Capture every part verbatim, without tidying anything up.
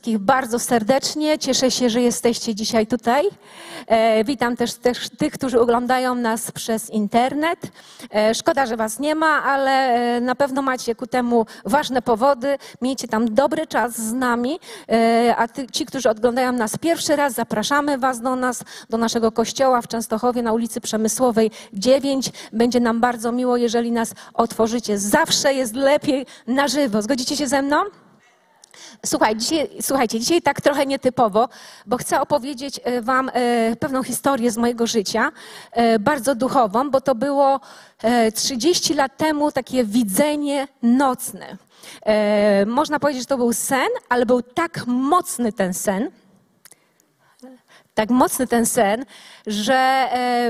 wszystkich bardzo serdecznie. Cieszę się, że jesteście dzisiaj tutaj. E, witam też, też tych, którzy oglądają nas przez internet. E, szkoda, że was nie ma, ale e, na pewno macie ku temu ważne powody. Miejcie tam dobry czas z nami. E, a ty, ci, którzy oglądają nas pierwszy raz, zapraszamy was do nas, do naszego kościoła w Częstochowie na ulicy Przemysłowej dziewięć. Będzie nam bardzo miło, jeżeli nas otworzycie. Zawsze jest lepiej na żywo. Zgodzicie się ze mną? Słuchaj, dzisiaj, słuchajcie, dzisiaj tak trochę nietypowo, bo chcę opowiedzieć wam pewną historię z mojego życia, bardzo duchową, bo to było trzydzieści lat temu takie widzenie nocne. Można powiedzieć, że to był sen, ale był tak mocny ten sen, tak mocny ten sen, że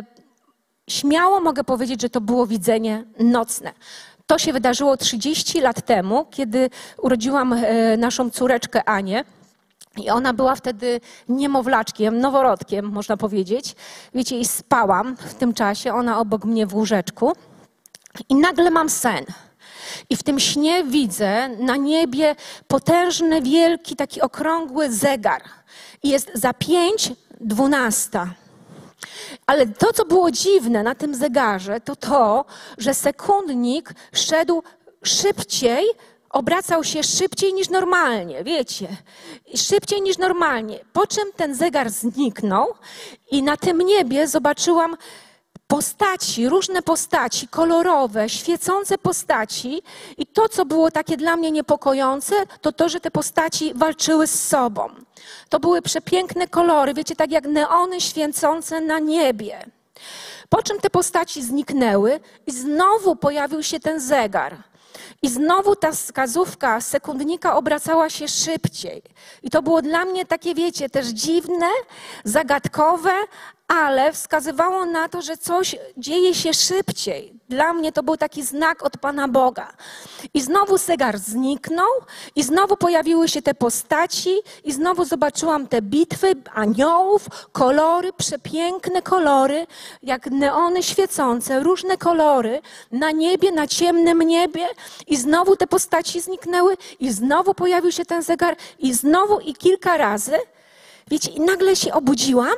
śmiało mogę powiedzieć, że to było widzenie nocne. To się wydarzyło trzydzieści lat temu, kiedy urodziłam naszą córeczkę Anię i ona była wtedy niemowlaczkiem, noworodkiem, można powiedzieć. Wiecie, i spałam w tym czasie, ona obok mnie w łóżeczku i nagle mam sen. I w tym śnie widzę na niebie potężny, wielki, taki okrągły zegar. I jest za pięć dwunasta. Ale to, co było dziwne na tym zegarze, to to, że sekundnik szedł szybciej, obracał się szybciej niż normalnie, wiecie, szybciej niż normalnie. Po czym ten zegar zniknął i na tym niebie zobaczyłam postaci, różne postaci, kolorowe, świecące postaci i to, co było takie dla mnie niepokojące, to to, że te postaci walczyły z sobą. To były przepiękne kolory, wiecie, tak jak neony świecące na niebie. Po czym te postaci zniknęły i znowu pojawił się ten zegar. I znowu ta wskazówka sekundnika obracała się szybciej. I to było dla mnie takie, wiecie, też dziwne, zagadkowe, ale wskazywało na to, że coś dzieje się szybciej. Dla mnie to był taki znak od Pana Boga. I znowu zegar zniknął i znowu pojawiły się te postaci i znowu zobaczyłam te bitwy aniołów, kolory, przepiękne kolory, jak neony świecące, różne kolory na niebie, na ciemnym niebie i znowu te postaci zniknęły i znowu pojawił się ten zegar i znowu i kilka razy. Wiecie, i nagle się obudziłam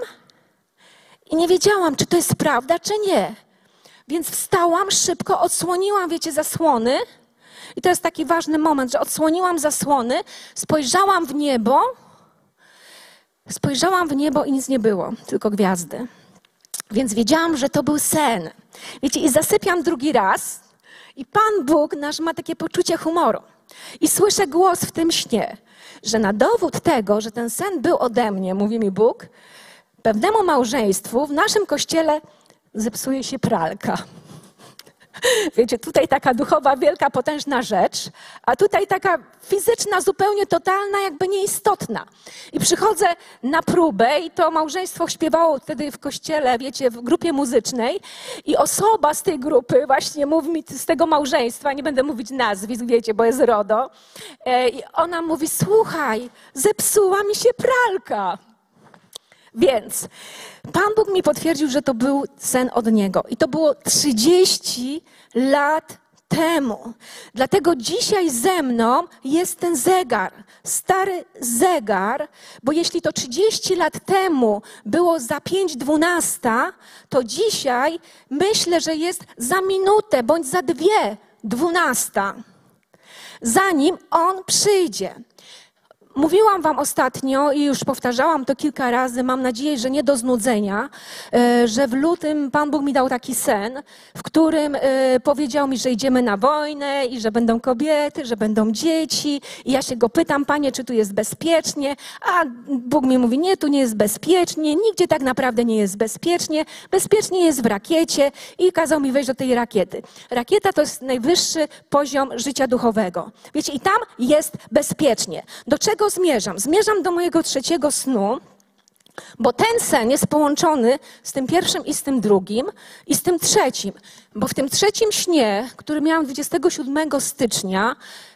i nie wiedziałam, czy to jest prawda, czy nie. Więc wstałam, szybko odsłoniłam, wiecie, zasłony. I to jest taki ważny moment, że odsłoniłam zasłony, spojrzałam w niebo, spojrzałam w niebo i nic nie było, tylko gwiazdy. Więc wiedziałam, że to był sen. Wiecie, i zasypiam drugi raz i Pan Bóg nasz ma takie poczucie humoru. I słyszę głos w tym śnie, że na dowód tego, że ten sen był ode mnie, mówi mi Bóg, pewnemu małżeństwu w naszym kościele zepsuje się pralka. Wiecie, tutaj taka duchowa, wielka, potężna rzecz, a tutaj taka fizyczna, zupełnie totalna, jakby nieistotna. I przychodzę na próbę i to małżeństwo śpiewało wtedy w kościele, wiecie, w grupie muzycznej i osoba z tej grupy właśnie mówi mi z tego małżeństwa, nie będę mówić nazwisk, wiecie, bo jest RODO, i ona mówi, słuchaj, zepsuła mi się pralka. Więc Pan Bóg mi potwierdził, że to był sen od Niego. I to było trzydzieści lat temu. Dlatego dzisiaj ze mną jest ten zegar, stary zegar, bo jeśli to trzydzieści lat temu było za pięć dwunasta, to dzisiaj myślę, że jest za minutę bądź za dwie dwunasta, zanim On przyjdzie. Mówiłam wam ostatnio i już powtarzałam to kilka razy, mam nadzieję, że nie do znudzenia, że w lutym Pan Bóg mi dał taki sen, w którym powiedział mi, że idziemy na wojnę i że będą kobiety, że będą dzieci. I ja się go pytam, Panie, czy tu jest bezpiecznie? A Bóg mi mówi, nie, tu nie jest bezpiecznie, nigdzie tak naprawdę nie jest bezpiecznie. Bezpiecznie jest w rakiecie i kazał mi wejść do tej rakiety. Rakieta to jest najwyższy poziom życia duchowego. Wiecie, i tam jest bezpiecznie. Do czego zmierzam? Zmierzam do mojego trzeciego snu, bo ten sen jest połączony z tym pierwszym i z tym drugim i z tym trzecim. Bo w tym trzecim śnie, który miałam dwudziestego siódmego stycznia,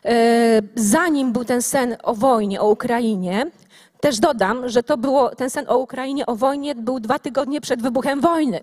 zanim był ten sen o wojnie, o Ukrainie, też dodam, że to było, ten sen o Ukrainie, o wojnie był dwa tygodnie przed wybuchem wojny.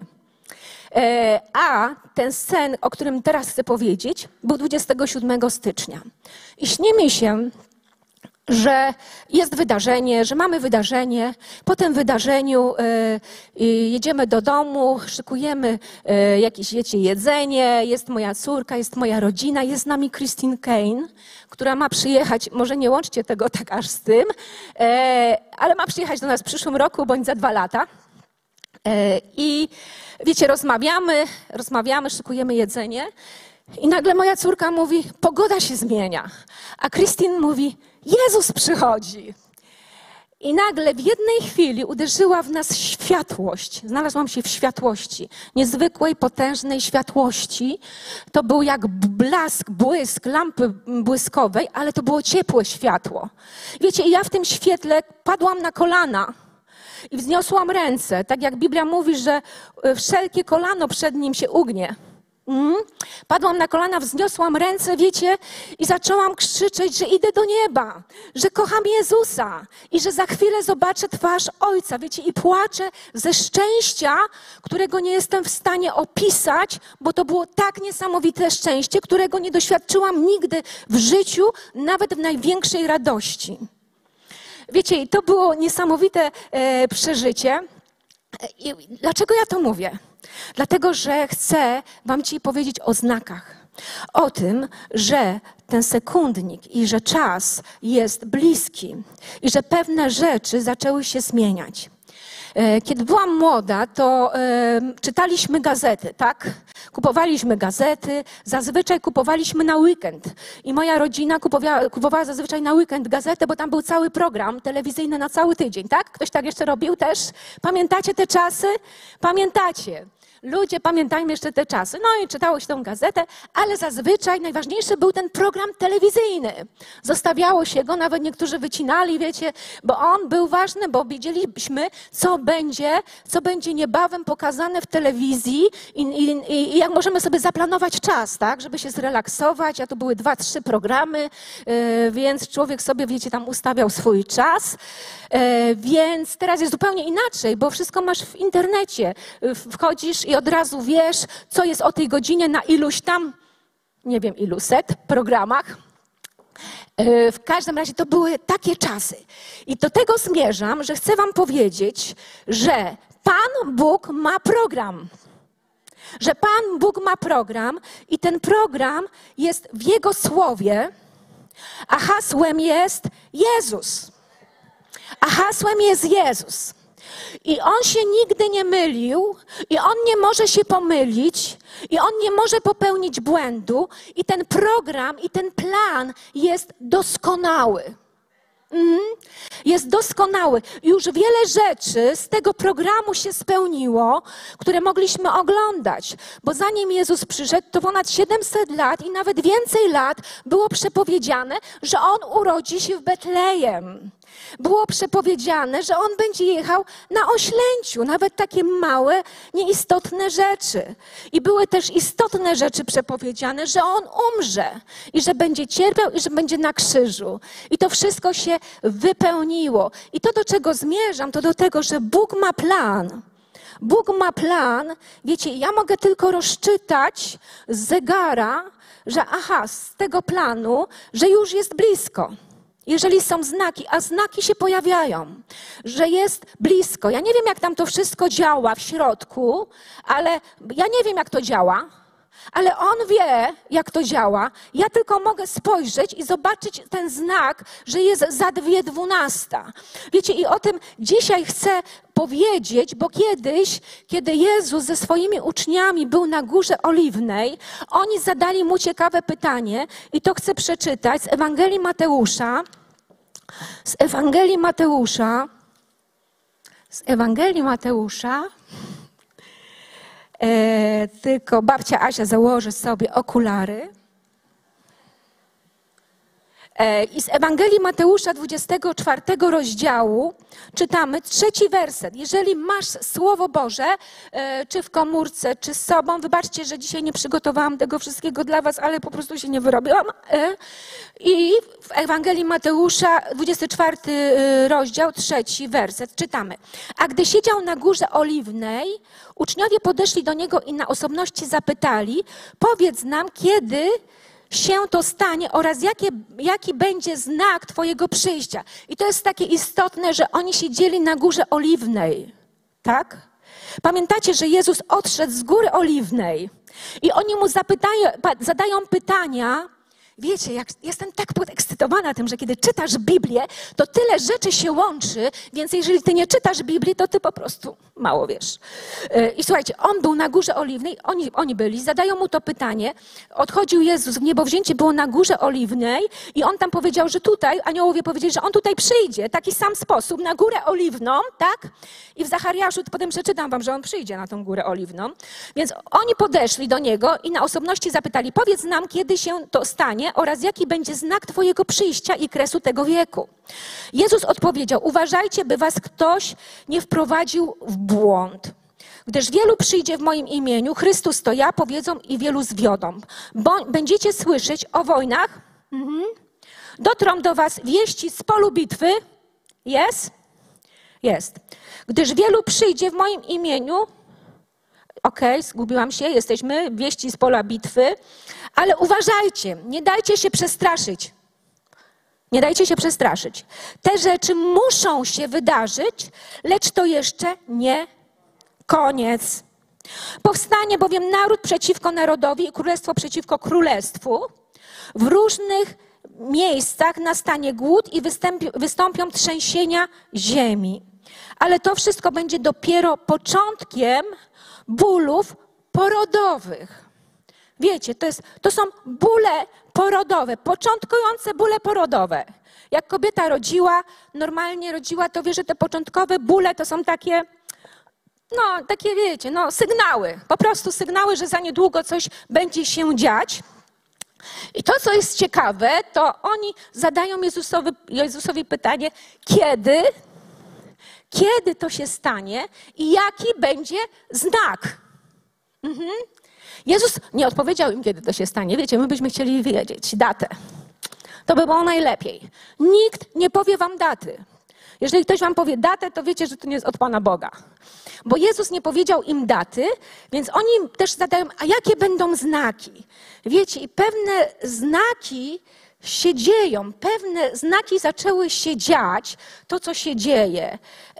A ten sen, o którym teraz chcę powiedzieć, był dwudziestego siódmego stycznia. I śni mi się, że jest wydarzenie, że mamy wydarzenie. Po tym wydarzeniu y, y, jedziemy do domu, szykujemy y, jakieś, wiecie, jedzenie, jest moja córka, jest moja rodzina, jest z nami Christine Kane, która ma przyjechać, może nie łączcie tego tak aż z tym, y, ale ma przyjechać do nas w przyszłym roku bądź za dwa lata. Y, I wiecie, rozmawiamy, rozmawiamy, szykujemy jedzenie i nagle moja córka mówi, pogoda się zmienia, a Christine mówi, Jezus przychodzi. I nagle w jednej chwili uderzyła w nas światłość. Znalazłam się w światłości, niezwykłej, potężnej światłości. To był jak blask, błysk lampy błyskowej, ale to było ciepłe światło. Wiecie, i ja w tym świetle padłam na kolana i wzniosłam ręce. Tak jak Biblia mówi, że wszelkie kolano przed nim się ugnie. Mm. Padłam na kolana, wzniosłam ręce, wiecie, i zaczęłam krzyczeć, że idę do nieba, że kocham Jezusa i że za chwilę zobaczę twarz Ojca, wiecie, i płaczę ze szczęścia, którego nie jestem w stanie opisać, bo to było tak niesamowite szczęście, którego nie doświadczyłam nigdy w życiu, nawet w największej radości. Wiecie, i to było niesamowite e, przeżycie. I dlaczego ja to mówię? Dlatego, że chcę wam dzisiaj powiedzieć o znakach. O tym, że ten sekundnik i że czas jest bliski i że pewne rzeczy zaczęły się zmieniać. Kiedy byłam młoda, to e, czytaliśmy gazety, tak? Kupowaliśmy gazety, zazwyczaj kupowaliśmy na weekend. I moja rodzina kupowała, kupowała zazwyczaj na weekend gazetę, bo tam był cały program telewizyjny na cały tydzień, tak? Ktoś tak jeszcze robił też? Pamiętacie te czasy? Pamiętacie. Ludzie, pamiętajmy jeszcze te czasy. No i czytało się tą gazetę, ale zazwyczaj najważniejszy był ten program telewizyjny. Zostawiało się go, nawet niektórzy wycinali, wiecie, bo on był ważny, bo wiedzieliśmy, co będzie, co będzie niebawem pokazane w telewizji i, i, i jak możemy sobie zaplanować czas, tak, żeby się zrelaksować, a to były dwa, trzy programy, yy, więc człowiek sobie, wiecie, tam ustawiał swój czas, yy, więc teraz jest zupełnie inaczej, bo wszystko masz w internecie. Yy, wchodzisz i od razu wiesz, co jest o tej godzinie na iluś tam, nie wiem ilu set programach. W każdym razie to były takie czasy. I do tego zmierzam, że chcę wam powiedzieć, że Pan Bóg ma program. Że Pan Bóg ma program i ten program jest w Jego Słowie, a hasłem jest Jezus. A hasłem jest Jezus. I On się nigdy nie mylił i On nie może się pomylić i On nie może popełnić błędu i ten program i ten plan jest doskonały. Mm, jest doskonały. Już wiele rzeczy z tego programu się spełniło, które mogliśmy oglądać, bo zanim Jezus przyszedł, to ponad siedemset lat i nawet więcej lat było przepowiedziane, że On urodzi się w Betlejem. Było przepowiedziane, że On będzie jechał na oślęciu, nawet takie małe, nieistotne rzeczy. I były też istotne rzeczy przepowiedziane, że On umrze i że będzie cierpiał i że będzie na krzyżu. I to wszystko się wypełniło. I to, do czego zmierzam, to do tego, że Bóg ma plan. Bóg ma plan. Wiecie, ja mogę tylko rozczytać z zegara, że aha, z tego planu, że już jest blisko. Jeżeli są znaki, a znaki się pojawiają, że jest blisko. Ja nie wiem, jak tam to wszystko działa w środku, ale ja nie wiem, jak to działa, ale On wie, jak to działa. Ja tylko mogę spojrzeć i zobaczyć ten znak, że jest za dwie dwunasta. Wiecie, i o tym dzisiaj chcę powiedzieć, bo kiedyś, kiedy Jezus ze swoimi uczniami był na Górze Oliwnej, oni zadali Mu ciekawe pytanie i to chcę przeczytać z Ewangelii Mateusza, z Ewangelii Mateusza, z Ewangelii Mateusza, e, tylko babcia Asia założy sobie okulary. I z Ewangelii Mateusza dwudziestego czwartego rozdziału czytamy trzeci werset. Jeżeli masz Słowo Boże, czy w komórce, czy z sobą, wybaczcie, że dzisiaj nie przygotowałam tego wszystkiego dla was, ale po prostu się nie wyrobiłam. I w Ewangelii Mateusza dwudziesty czwarty rozdział, trzeci werset czytamy. A gdy siedział na Górze Oliwnej, uczniowie podeszli do Niego i na osobności zapytali, powiedz nam, kiedy się to stanie oraz jakie, jaki będzie znak Twojego przyjścia. I to jest takie istotne, że oni siedzieli na Górze Oliwnej, tak? Pamiętacie, że Jezus odszedł z Góry Oliwnej i oni mu zapytają, zadają pytania. Wiecie, jak jestem tak podekscytowana tym, że kiedy czytasz Biblię, to tyle rzeczy się łączy, więc jeżeli ty nie czytasz Biblii, to ty po prostu mało wiesz. I słuchajcie, on był na Górze Oliwnej, oni, oni byli, zadają mu to pytanie, odchodził Jezus, w niebowzięcie było na Górze Oliwnej i on tam powiedział, że tutaj, aniołowie powiedzieli, że on tutaj przyjdzie, taki sam sposób, na Górę Oliwną, tak? I w Zachariaszu, potem przeczytam wam, że on przyjdzie na tą Górę Oliwną. Więc oni podeszli do niego i na osobności zapytali, powiedz nam, kiedy się to stanie, oraz jaki będzie znak Twojego przyjścia i kresu tego wieku. Jezus odpowiedział, uważajcie, by was ktoś nie wprowadził w błąd. Gdyż wielu przyjdzie w moim imieniu, Chrystus to ja, powiedzą i wielu zwiodą. Bo będziecie słyszeć o wojnach, mhm. Dotrą do was wieści z polu bitwy, jest? Jest. Gdyż wielu przyjdzie w moim imieniu, okej, okay, zgubiłam się, jesteśmy wieści z pola bitwy, ale uważajcie, nie dajcie się przestraszyć. Nie dajcie się przestraszyć. Te rzeczy muszą się wydarzyć, lecz to jeszcze nie koniec. Powstanie bowiem naród przeciwko narodowi i królestwo przeciwko królestwu. W różnych miejscach nastanie głód i wystąpi, wystąpią trzęsienia ziemi. Ale to wszystko będzie dopiero początkiem bólów porodowych. Wiecie, to, jest, to są bóle porodowe, początkujące bóle porodowe. Jak kobieta rodziła, normalnie rodziła, to wie, że te początkowe bóle to są takie, no takie wiecie, no sygnały, po prostu sygnały, że za niedługo coś będzie się dziać. I to, co jest ciekawe, to oni zadają Jezusowi, Jezusowi pytanie, kiedy, kiedy to się stanie i jaki będzie znak. Mhm. Jezus nie odpowiedział im, kiedy to się stanie. Wiecie, my byśmy chcieli wiedzieć datę. To by było najlepiej. Nikt nie powie wam daty. Jeżeli ktoś wam powie datę, to wiecie, że to nie jest od Pana Boga. Bo Jezus nie powiedział im daty, więc oni też zadają, a jakie będą znaki? Wiecie, i pewne znaki się dzieją, pewne znaki zaczęły się dziać, to co się dzieje.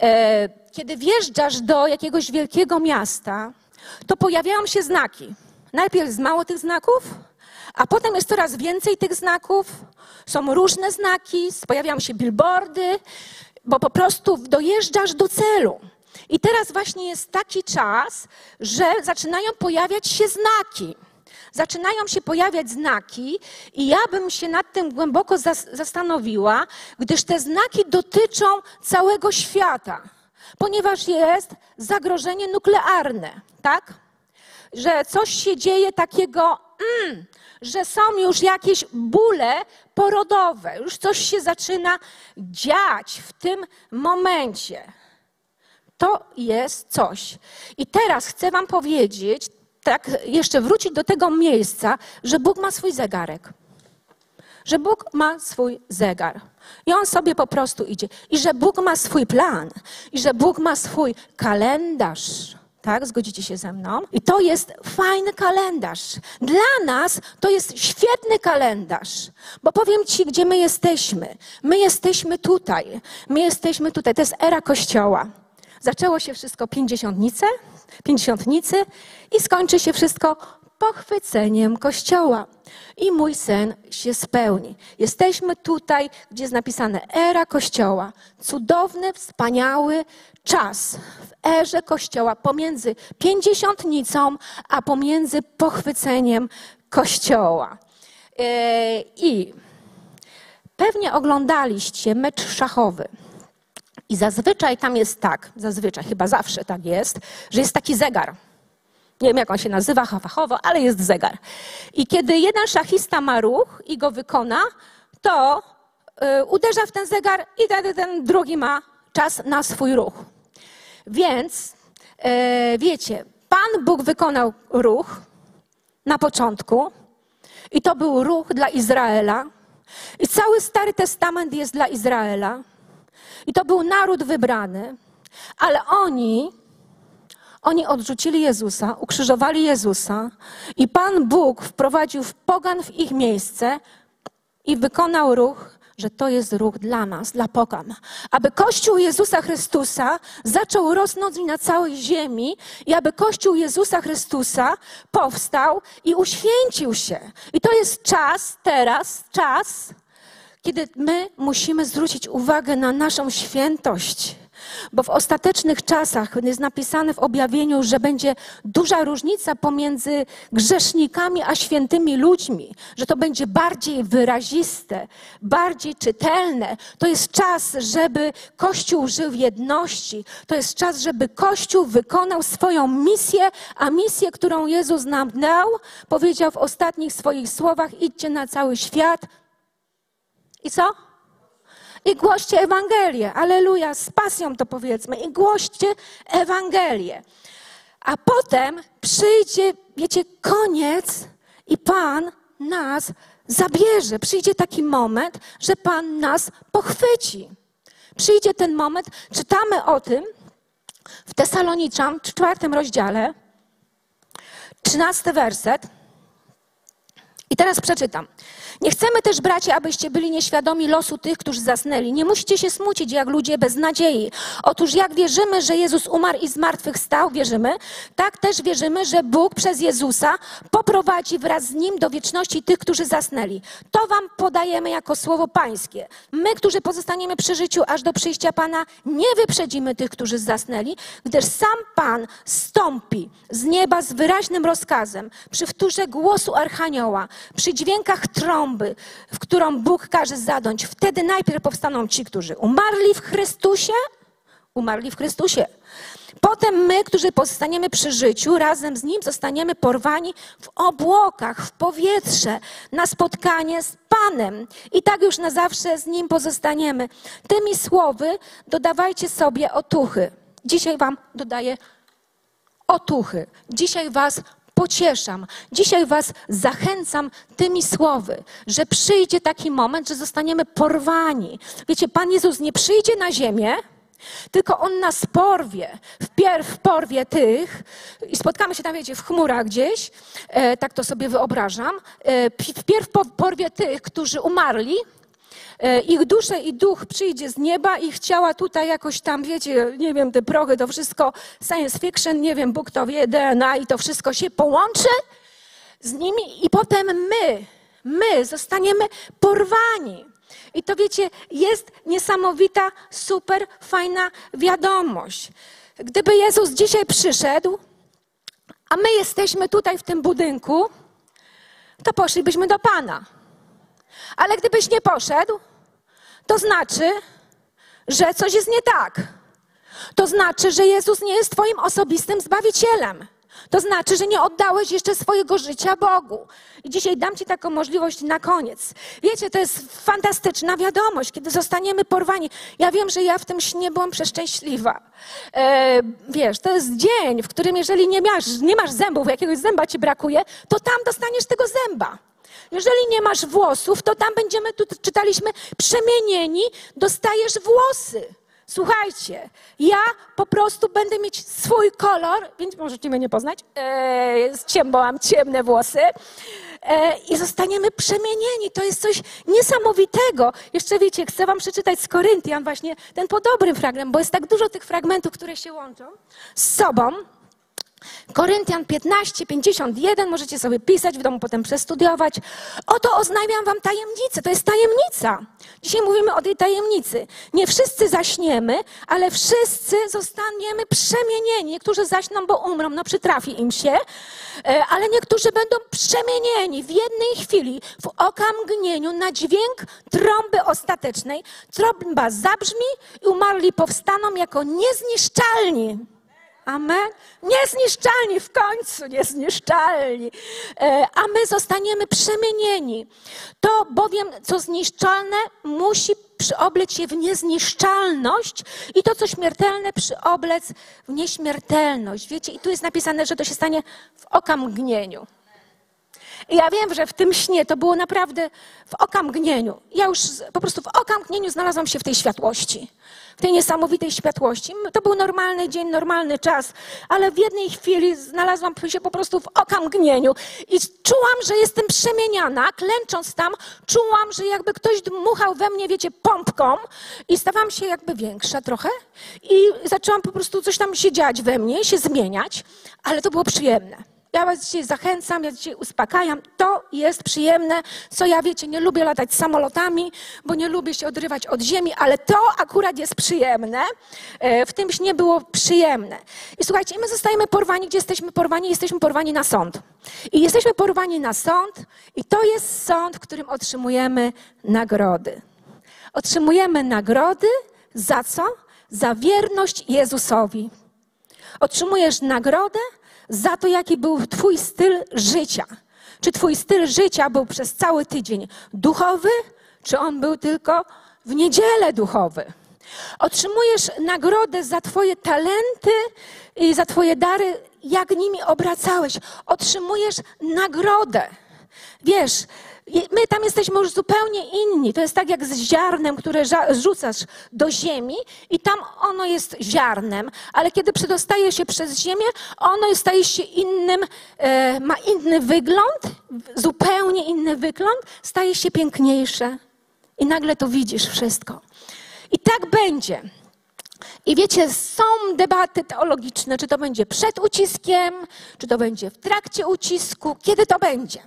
Kiedy wjeżdżasz do jakiegoś wielkiego miasta, to pojawiają się znaki. Najpierw jest mało tych znaków, a potem jest coraz więcej tych znaków. Są różne znaki, pojawiają się billboardy, bo po prostu dojeżdżasz do celu. I teraz właśnie jest taki czas, że zaczynają pojawiać się znaki. Zaczynają się pojawiać znaki i ja bym się nad tym głęboko zastanowiła, gdyż te znaki dotyczą całego świata, ponieważ jest zagrożenie nuklearne, tak? Że coś się dzieje takiego, mm, że są już jakieś bóle porodowe, już coś się zaczyna dziać w tym momencie. To jest coś. I teraz chcę wam powiedzieć, tak jeszcze wrócić do tego miejsca, że Bóg ma swój zegarek. Że Bóg ma swój zegar. I On sobie po prostu idzie. I że Bóg ma swój plan. I że Bóg ma swój kalendarz. Tak, zgodzicie się ze mną? I to jest fajny kalendarz. Dla nas to jest świetny kalendarz. Bo powiem ci, gdzie my jesteśmy. My jesteśmy tutaj. My jesteśmy tutaj. To jest era Kościoła. Zaczęło się wszystko pięćdziesiątnicy, pięćdziesiątnicy i skończy się wszystko pochwyceniem Kościoła. I mój sen się spełni. Jesteśmy tutaj, gdzie jest napisane era Kościoła. Cudowny, wspaniały czas w erze Kościoła pomiędzy pięćdziesiątnicą, a pomiędzy pochwyceniem Kościoła. I pewnie oglądaliście mecz szachowy. I zazwyczaj tam jest tak, zazwyczaj, chyba zawsze tak jest, że jest taki zegar. Nie wiem, jak on się nazywa fachowo, ale jest zegar. I kiedy jeden szachista ma ruch i go wykona, to y, uderza w ten zegar i wtedy ten drugi ma czas na swój ruch. Więc y, wiecie, Pan Bóg wykonał ruch na początku i to był ruch dla Izraela. I cały Stary Testament jest dla Izraela. I to był naród wybrany, ale oni, Oni odrzucili Jezusa, ukrzyżowali Jezusa i Pan Bóg wprowadził pogan w ich miejsce i wykonał ruch, że to jest ruch dla nas, dla pogan. Aby Kościół Jezusa Chrystusa zaczął rosnąć na całej ziemi i aby Kościół Jezusa Chrystusa powstał i uświęcił się. I to jest czas teraz, czas, kiedy my musimy zwrócić uwagę na naszą świętość. Bo w ostatecznych czasach jest napisane w objawieniu, że będzie duża różnica pomiędzy grzesznikami a świętymi ludźmi, że to będzie bardziej wyraziste, bardziej czytelne. To jest czas, żeby Kościół żył w jedności. To jest czas, żeby Kościół wykonał swoją misję, a misję, którą Jezus nam dał, powiedział w ostatnich swoich słowach: idźcie na cały świat. I co? I głoście Ewangelię. Alleluja, z pasją to powiedzmy. I głoście Ewangelię. A potem przyjdzie, wiecie, koniec i Pan nas zabierze. Przyjdzie taki moment, że Pan nas pochwyci. Przyjdzie ten moment, czytamy o tym w Tesaloniczan, w czwartym rozdziale, trzynasty werset. I teraz przeczytam. Nie chcemy też, bracia, abyście byli nieświadomi losu tych, którzy zasnęli. Nie musicie się smucić jak ludzie bez nadziei. Otóż jak wierzymy, że Jezus umarł i zmartwychwstał, wierzymy, tak też wierzymy, że Bóg przez Jezusa poprowadzi wraz z Nim do wieczności tych, którzy zasnęli. To wam podajemy jako słowo pańskie. My, którzy pozostaniemy przy życiu aż do przyjścia Pana, nie wyprzedzimy tych, którzy zasnęli, gdyż sam Pan stąpi z nieba z wyraźnym rozkazem, przy wtórze głosu archanioła, przy dźwiękach trąb, w którą Bóg każe zadąć. Wtedy najpierw powstaną ci, którzy umarli w Chrystusie, umarli w Chrystusie. Potem my, którzy pozostaniemy przy życiu, razem z Nim zostaniemy porwani w obłokach, w powietrze, na spotkanie z Panem. I tak już na zawsze z Nim pozostaniemy. Tymi słowy dodawajcie sobie otuchy. Dzisiaj wam dodaję otuchy. Dzisiaj was pocieszam. Dzisiaj was zachęcam tymi słowy, że przyjdzie taki moment, że zostaniemy porwani. Wiecie, Pan Jezus nie przyjdzie na ziemię, tylko On nas porwie. Wpierw porwie tych i spotkamy się tam, wiecie, w chmurach gdzieś, e, tak to sobie wyobrażam. E, wpierw porwie tych, którzy umarli, ich duszę i duch przyjdzie z nieba, ich ciała tutaj jakoś tam, wiecie, nie wiem, te prochy, to wszystko science fiction, nie wiem, Bóg to wie, D N A i to wszystko się połączy z nimi i potem my, my zostaniemy porwani. I to, wiecie, jest niesamowita, super fajna wiadomość. Gdyby Jezus dzisiaj przyszedł, a my jesteśmy tutaj w tym budynku, to poszlibyśmy do Pana. Ale gdybyś nie poszedł, to znaczy, że coś jest nie tak. To znaczy, że Jezus nie jest twoim osobistym Zbawicielem. To znaczy, że nie oddałeś jeszcze swojego życia Bogu. I dzisiaj dam ci taką możliwość na koniec. Wiecie, to jest fantastyczna wiadomość, kiedy zostaniemy porwani. Ja wiem, że ja w tym śnie byłam przeszczęśliwa. E, wiesz, to jest dzień, w którym jeżeli nie masz, nie masz zębów, jakiegoś zęba ci brakuje, to tam dostaniesz tego zęba. Jeżeli nie masz włosów, to tam będziemy, tu czytaliśmy, przemienieni, dostajesz włosy. Słuchajcie, ja po prostu będę mieć swój kolor, więc możecie mnie nie poznać, eee, bo mam ciemne włosy eee, i zostaniemy przemienieni. To jest coś niesamowitego. Jeszcze wiecie, chcę wam przeczytać z Koryntian właśnie ten podobny fragment, bo jest tak dużo tych fragmentów, które się łączą z sobą. Koryntian piętnaście, pięćdziesiąt jeden, możecie sobie pisać, w domu potem przestudiować. Oto oznajmiam wam tajemnicę, to jest tajemnica. Dzisiaj mówimy o tej tajemnicy. Nie wszyscy zaśniemy, ale wszyscy zostaniemy przemienieni. Niektórzy zaśną, bo umrą, no przytrafi im się, ale niektórzy będą przemienieni w jednej chwili, w okamgnieniu, na dźwięk trąby ostatecznej. Trąba zabrzmi i umarli powstaną jako niezniszczalni. Amen. Niezniszczalni, w końcu niezniszczalni. A my zostaniemy przemienieni. To bowiem, co zniszczalne, musi przyoblec się w niezniszczalność i to, co śmiertelne, przyoblec w nieśmiertelność. Wiecie, i tu jest napisane, że to się stanie w okamgnieniu. I ja wiem, że w tym śnie to było naprawdę w okamgnieniu. Ja już po prostu w okamgnieniu znalazłam się w tej światłości. W tej niesamowitej światłości. To był normalny dzień, normalny czas, ale w jednej chwili znalazłam się po prostu w okamgnieniu i czułam, że jestem przemieniana. Klęcząc tam, czułam, że jakby ktoś dmuchał we mnie, wiecie, pompką i stawałam się jakby większa trochę i zaczęłam po prostu coś tam się dziać we mnie, się zmieniać, ale to było przyjemne. Ja was dzisiaj zachęcam, ja dzisiaj uspokajam. To jest przyjemne, co ja, wiecie, nie lubię latać samolotami, bo nie lubię się odrywać od ziemi, ale to akurat jest przyjemne. W tym śnie było przyjemne. I słuchajcie, my zostajemy porwani. Gdzie jesteśmy porwani? Jesteśmy porwani na sąd. I jesteśmy porwani na sąd i to jest sąd, w którym otrzymujemy nagrody. Otrzymujemy nagrody za co? Za wierność Jezusowi. Otrzymujesz nagrodę za to, jaki był twój styl życia. Czy twój styl życia był przez cały tydzień duchowy, czy on był tylko w niedzielę duchowy. Otrzymujesz nagrodę za twoje talenty i za twoje dary, jak nimi obracałeś. Otrzymujesz nagrodę. Wiesz, my tam jesteśmy już zupełnie inni. To jest tak jak z ziarnem, które rzucasz do ziemi i tam ono jest ziarnem, ale kiedy przedostaje się przez ziemię, ono staje się innym, e, ma inny wygląd, zupełnie inny wygląd, staje się piękniejsze i nagle to widzisz wszystko. I tak będzie. I wiecie, są debaty teologiczne, czy to będzie przed uciskiem, czy to będzie w trakcie ucisku, kiedy to będzie.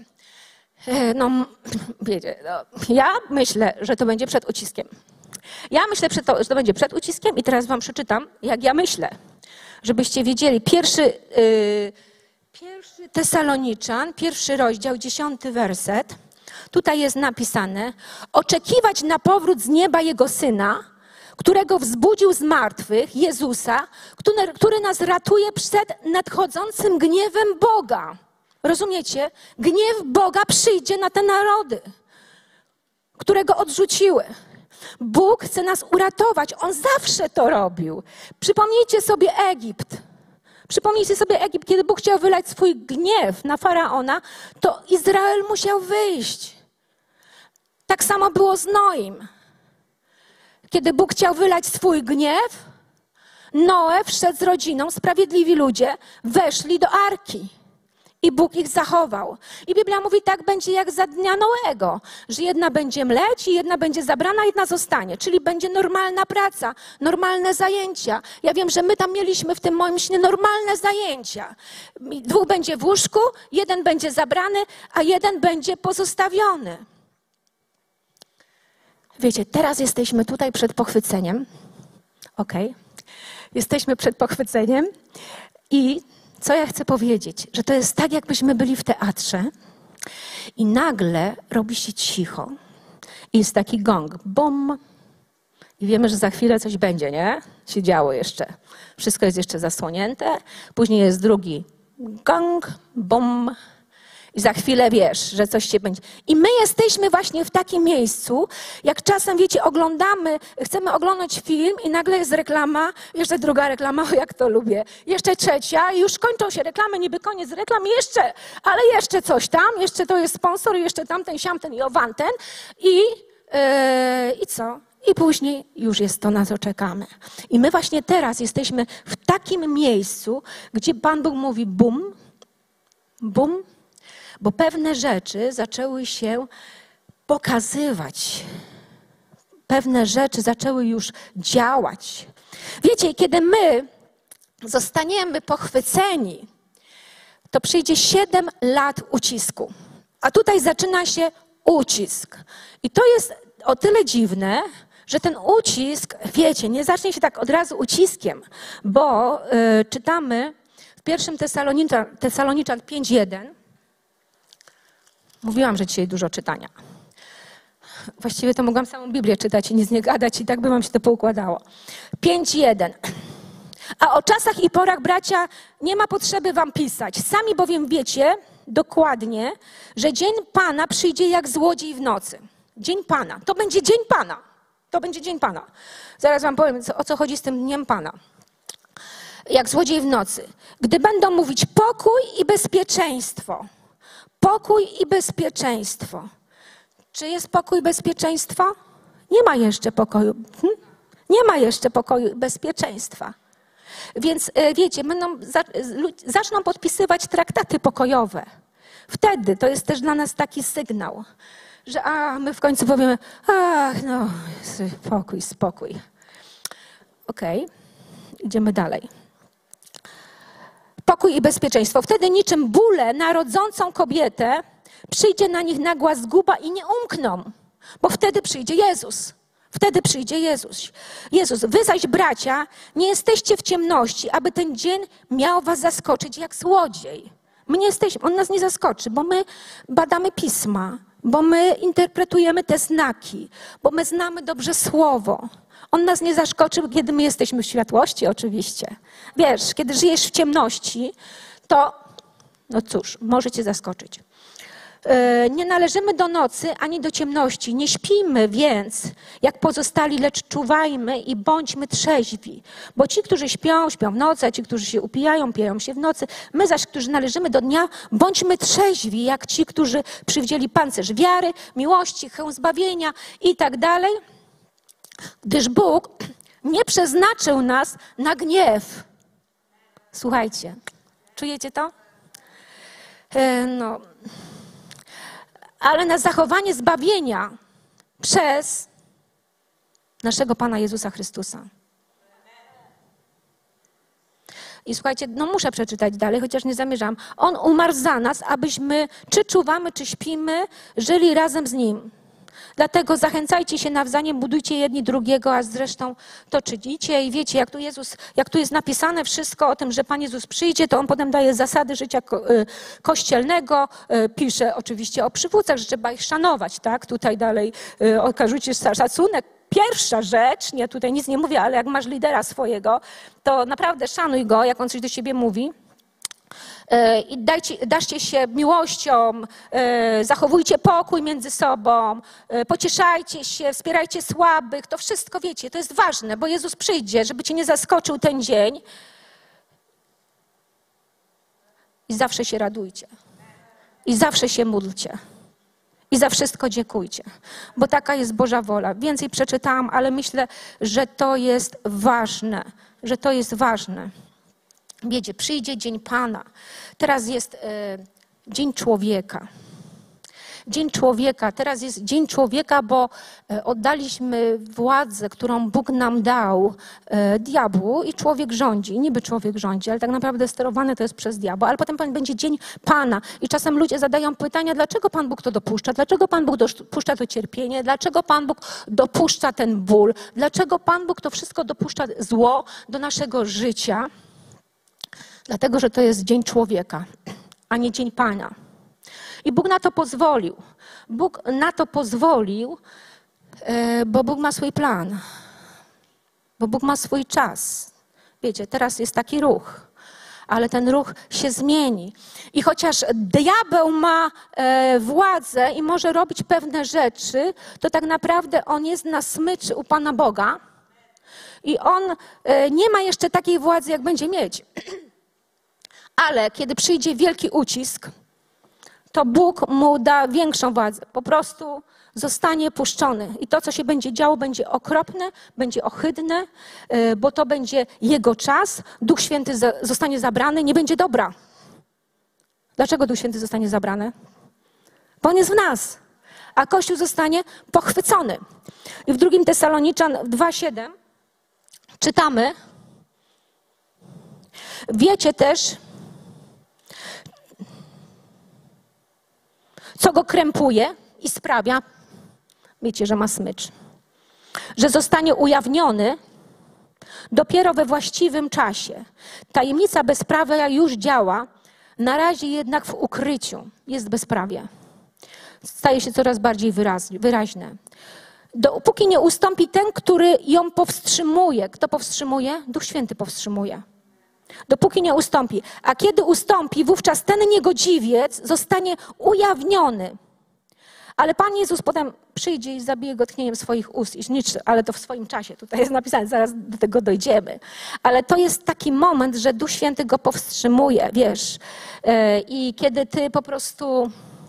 No, wiecie, no, ja myślę, że to będzie przed uciskiem. Ja myślę, że to będzie przed uciskiem i teraz wam przeczytam, jak ja myślę, żebyście wiedzieli. Pierwszy, yy, pierwszy Tesaloniczan, pierwszy rozdział, dziesiąty werset. Tutaj jest napisane: oczekiwać na powrót z nieba Jego Syna, którego wzbudził z martwych, Jezusa, który, który nas ratuje przed nadchodzącym gniewem Boga. Rozumiecie? Gniew Boga przyjdzie na te narody, które go odrzuciły. Bóg chce nas uratować. On zawsze to robił. Przypomnijcie sobie Egipt. Przypomnijcie sobie Egipt, kiedy Bóg chciał wylać swój gniew na Faraona, to Izrael musiał wyjść. Tak samo było z Noim. Kiedy Bóg chciał wylać swój gniew, Noe wszedł z rodziną, sprawiedliwi ludzie weszli do arki. I Bóg ich zachował. I Biblia mówi, tak będzie jak za dnia Noego, że jedna będzie mleć i jedna będzie zabrana, jedna zostanie. Czyli będzie normalna praca, normalne zajęcia. Ja wiem, że my tam mieliśmy w tym moim śnie normalne zajęcia. Dwóch będzie w łóżku, jeden będzie zabrany, a jeden będzie pozostawiony. Wiecie, teraz jesteśmy tutaj przed pochwyceniem. Okej. Okay. Jesteśmy przed pochwyceniem i co ja chcę powiedzieć? Że to jest tak, jakbyśmy byli w teatrze i nagle robi się cicho i jest taki gong, bum. I wiemy, że za chwilę coś będzie, nie? Się działo jeszcze. Wszystko jest jeszcze zasłonięte. Później jest drugi gong, bum. I za chwilę wiesz, że coś się będzie. I my jesteśmy właśnie w takim miejscu, jak czasem, wiecie, oglądamy, chcemy oglądać film i nagle jest reklama, jeszcze druga reklama, o jak to lubię, jeszcze trzecia i już kończą się reklamy, niby koniec reklam, jeszcze, ale jeszcze coś tam, jeszcze to jest sponsor, jeszcze tamten, siamten i owanten i, yy, i co? I później już jest to, na co czekamy. I my właśnie teraz jesteśmy w takim miejscu, gdzie Pan Bóg mówi bum, bum, bo pewne rzeczy zaczęły się pokazywać. Pewne rzeczy zaczęły już działać. Wiecie, kiedy my zostaniemy pochwyceni, to przyjdzie siedem lat ucisku. A tutaj zaczyna się ucisk. I to jest o tyle dziwne, że ten ucisk, wiecie, nie zacznie się tak od razu uciskiem, bo y, czytamy w pierwszym Tesaloniczan, Tesaloniczan pięć jeden. Mówiłam, że dzisiaj dużo czytania. Właściwie to mogłam samą Biblię czytać i nic nie gadać i tak by wam się to poukładało. pięć jeden. A o czasach i porach, bracia, nie ma potrzeby wam pisać. Sami bowiem wiecie dokładnie, że dzień Pana przyjdzie jak złodziej w nocy. Dzień Pana. To będzie dzień Pana. To będzie dzień Pana. Zaraz wam powiem, o co chodzi z tym dniem Pana. Jak złodziej w nocy. Gdy będą mówić pokój i bezpieczeństwo. Pokój i bezpieczeństwo. Czy jest pokój i bezpieczeństwo? Nie ma jeszcze pokoju. Hm? Nie ma jeszcze pokoju i bezpieczeństwa. Więc wiecie, będą, zaczną podpisywać traktaty pokojowe. Wtedy to jest też dla nas taki sygnał, że a my w końcu powiemy, ach, no, spokój, spokój. Okej, okay. Idziemy dalej. Pokój i bezpieczeństwo. Wtedy niczym bóle na rodzącą kobietę przyjdzie na nich nagła zguba i nie umkną, bo wtedy przyjdzie Jezus. Wtedy przyjdzie Jezus. Jezus, wy zaś bracia, nie jesteście w ciemności, aby ten dzień miał was zaskoczyć jak złodziej. My nie jesteśmy, on nas nie zaskoczy, bo my badamy pisma, bo my interpretujemy te znaki, bo my znamy dobrze słowo. On nas nie zaskoczy, kiedy my jesteśmy w światłości oczywiście. Wiesz, kiedy żyjesz w ciemności, to, no cóż, może cię zaskoczyć. Nie należymy do nocy ani do ciemności. Nie śpimy więc, jak pozostali, lecz czuwajmy i bądźmy trzeźwi. Bo ci, którzy śpią, śpią w nocy, a ci, którzy się upijają, pijają się w nocy. My zaś, którzy należymy do dnia, bądźmy trzeźwi, jak ci, którzy przywdzieli pancerz wiary, miłości, chęć zbawienia i tak dalej. Gdyż Bóg nie przeznaczył nas na gniew. Słuchajcie, czujecie to? No... ale na zachowanie zbawienia przez naszego Pana Jezusa Chrystusa. I słuchajcie, no muszę przeczytać dalej, chociaż nie zamierzam. On umarł za nas, abyśmy, czy czuwamy, czy śpimy, żyli razem z Nim. Dlatego zachęcajcie się nawzajem, budujcie jedni drugiego, a zresztą to czynicie. I wiecie, jak tu Jezus, jak tu jest napisane wszystko o tym, że Pan Jezus przyjdzie, to On potem daje zasady życia kościelnego, pisze oczywiście o przywódcach, że trzeba ich szanować, tak? Tutaj dalej okazujcie szacunek. Pierwsza rzecz, nie, tutaj nic nie mówię, ale jak masz lidera swojego, to naprawdę szanuj go, jak on coś do siebie mówi. I dajcie, dajcie się miłością, zachowujcie pokój między sobą, pocieszajcie się, wspierajcie słabych. To wszystko, wiecie, to jest ważne, bo Jezus przyjdzie, żeby cię nie zaskoczył ten dzień. I zawsze się radujcie. I zawsze się módlcie. I za wszystko dziękujcie, bo taka jest Boża wola. Więcej przeczytałam, ale myślę, że to jest ważne, że to jest ważne. Wiecie, przyjdzie dzień Pana. Teraz jest e, dzień człowieka. Dzień człowieka. Teraz jest dzień człowieka, bo e, oddaliśmy władzę, którą Bóg nam dał e, diabłu i człowiek rządzi. Niby człowiek rządzi, ale tak naprawdę sterowany to jest przez diabła. Ale potem będzie dzień Pana i czasem ludzie zadają pytania, dlaczego Pan Bóg to dopuszcza? Dlaczego Pan Bóg dopuszcza to cierpienie? Dlaczego Pan Bóg dopuszcza ten ból? Dlaczego Pan Bóg to wszystko dopuszcza zło do naszego życia? Dlatego, że to jest dzień człowieka, a nie dzień Pana. I Bóg na to pozwolił. Bóg na to pozwolił, bo Bóg ma swój plan. Bo Bóg ma swój czas. Wiecie, teraz jest taki ruch, ale ten ruch się zmieni. I chociaż diabeł ma władzę i może robić pewne rzeczy, to tak naprawdę on jest na smyczy u Pana Boga i on nie ma jeszcze takiej władzy, jak będzie mieć. Ale kiedy przyjdzie wielki ucisk, to Bóg mu da większą władzę. Po prostu zostanie puszczony. I to, co się będzie działo, będzie okropne, będzie ohydne, bo to będzie Jego czas. Duch Święty zostanie zabrany, nie będzie dobra. Dlaczego Duch Święty zostanie zabrany? Bo On jest w nas, a Kościół zostanie pochwycony. I w drugim Tesaloniczan dwa siedem czytamy, wiecie też, co go krępuje i sprawia, wiecie, że ma smycz, że zostanie ujawniony dopiero we właściwym czasie. Tajemnica bezprawia już działa, na razie jednak w ukryciu jest bezprawie. Staje się coraz bardziej wyraźne. Dopóki nie ustąpi ten, który ją powstrzymuje. Kto powstrzymuje? Duch Święty powstrzymuje. Dopóki nie ustąpi. A kiedy ustąpi, wówczas ten niegodziwiec zostanie ujawniony. Ale Pan Jezus potem przyjdzie i zabije go tchnieniem swoich ust i zniszczy, ale to w swoim czasie. Tutaj jest napisane, zaraz do tego dojdziemy. Ale to jest taki moment, że Duch Święty go powstrzymuje, wiesz. I kiedy ty po prostu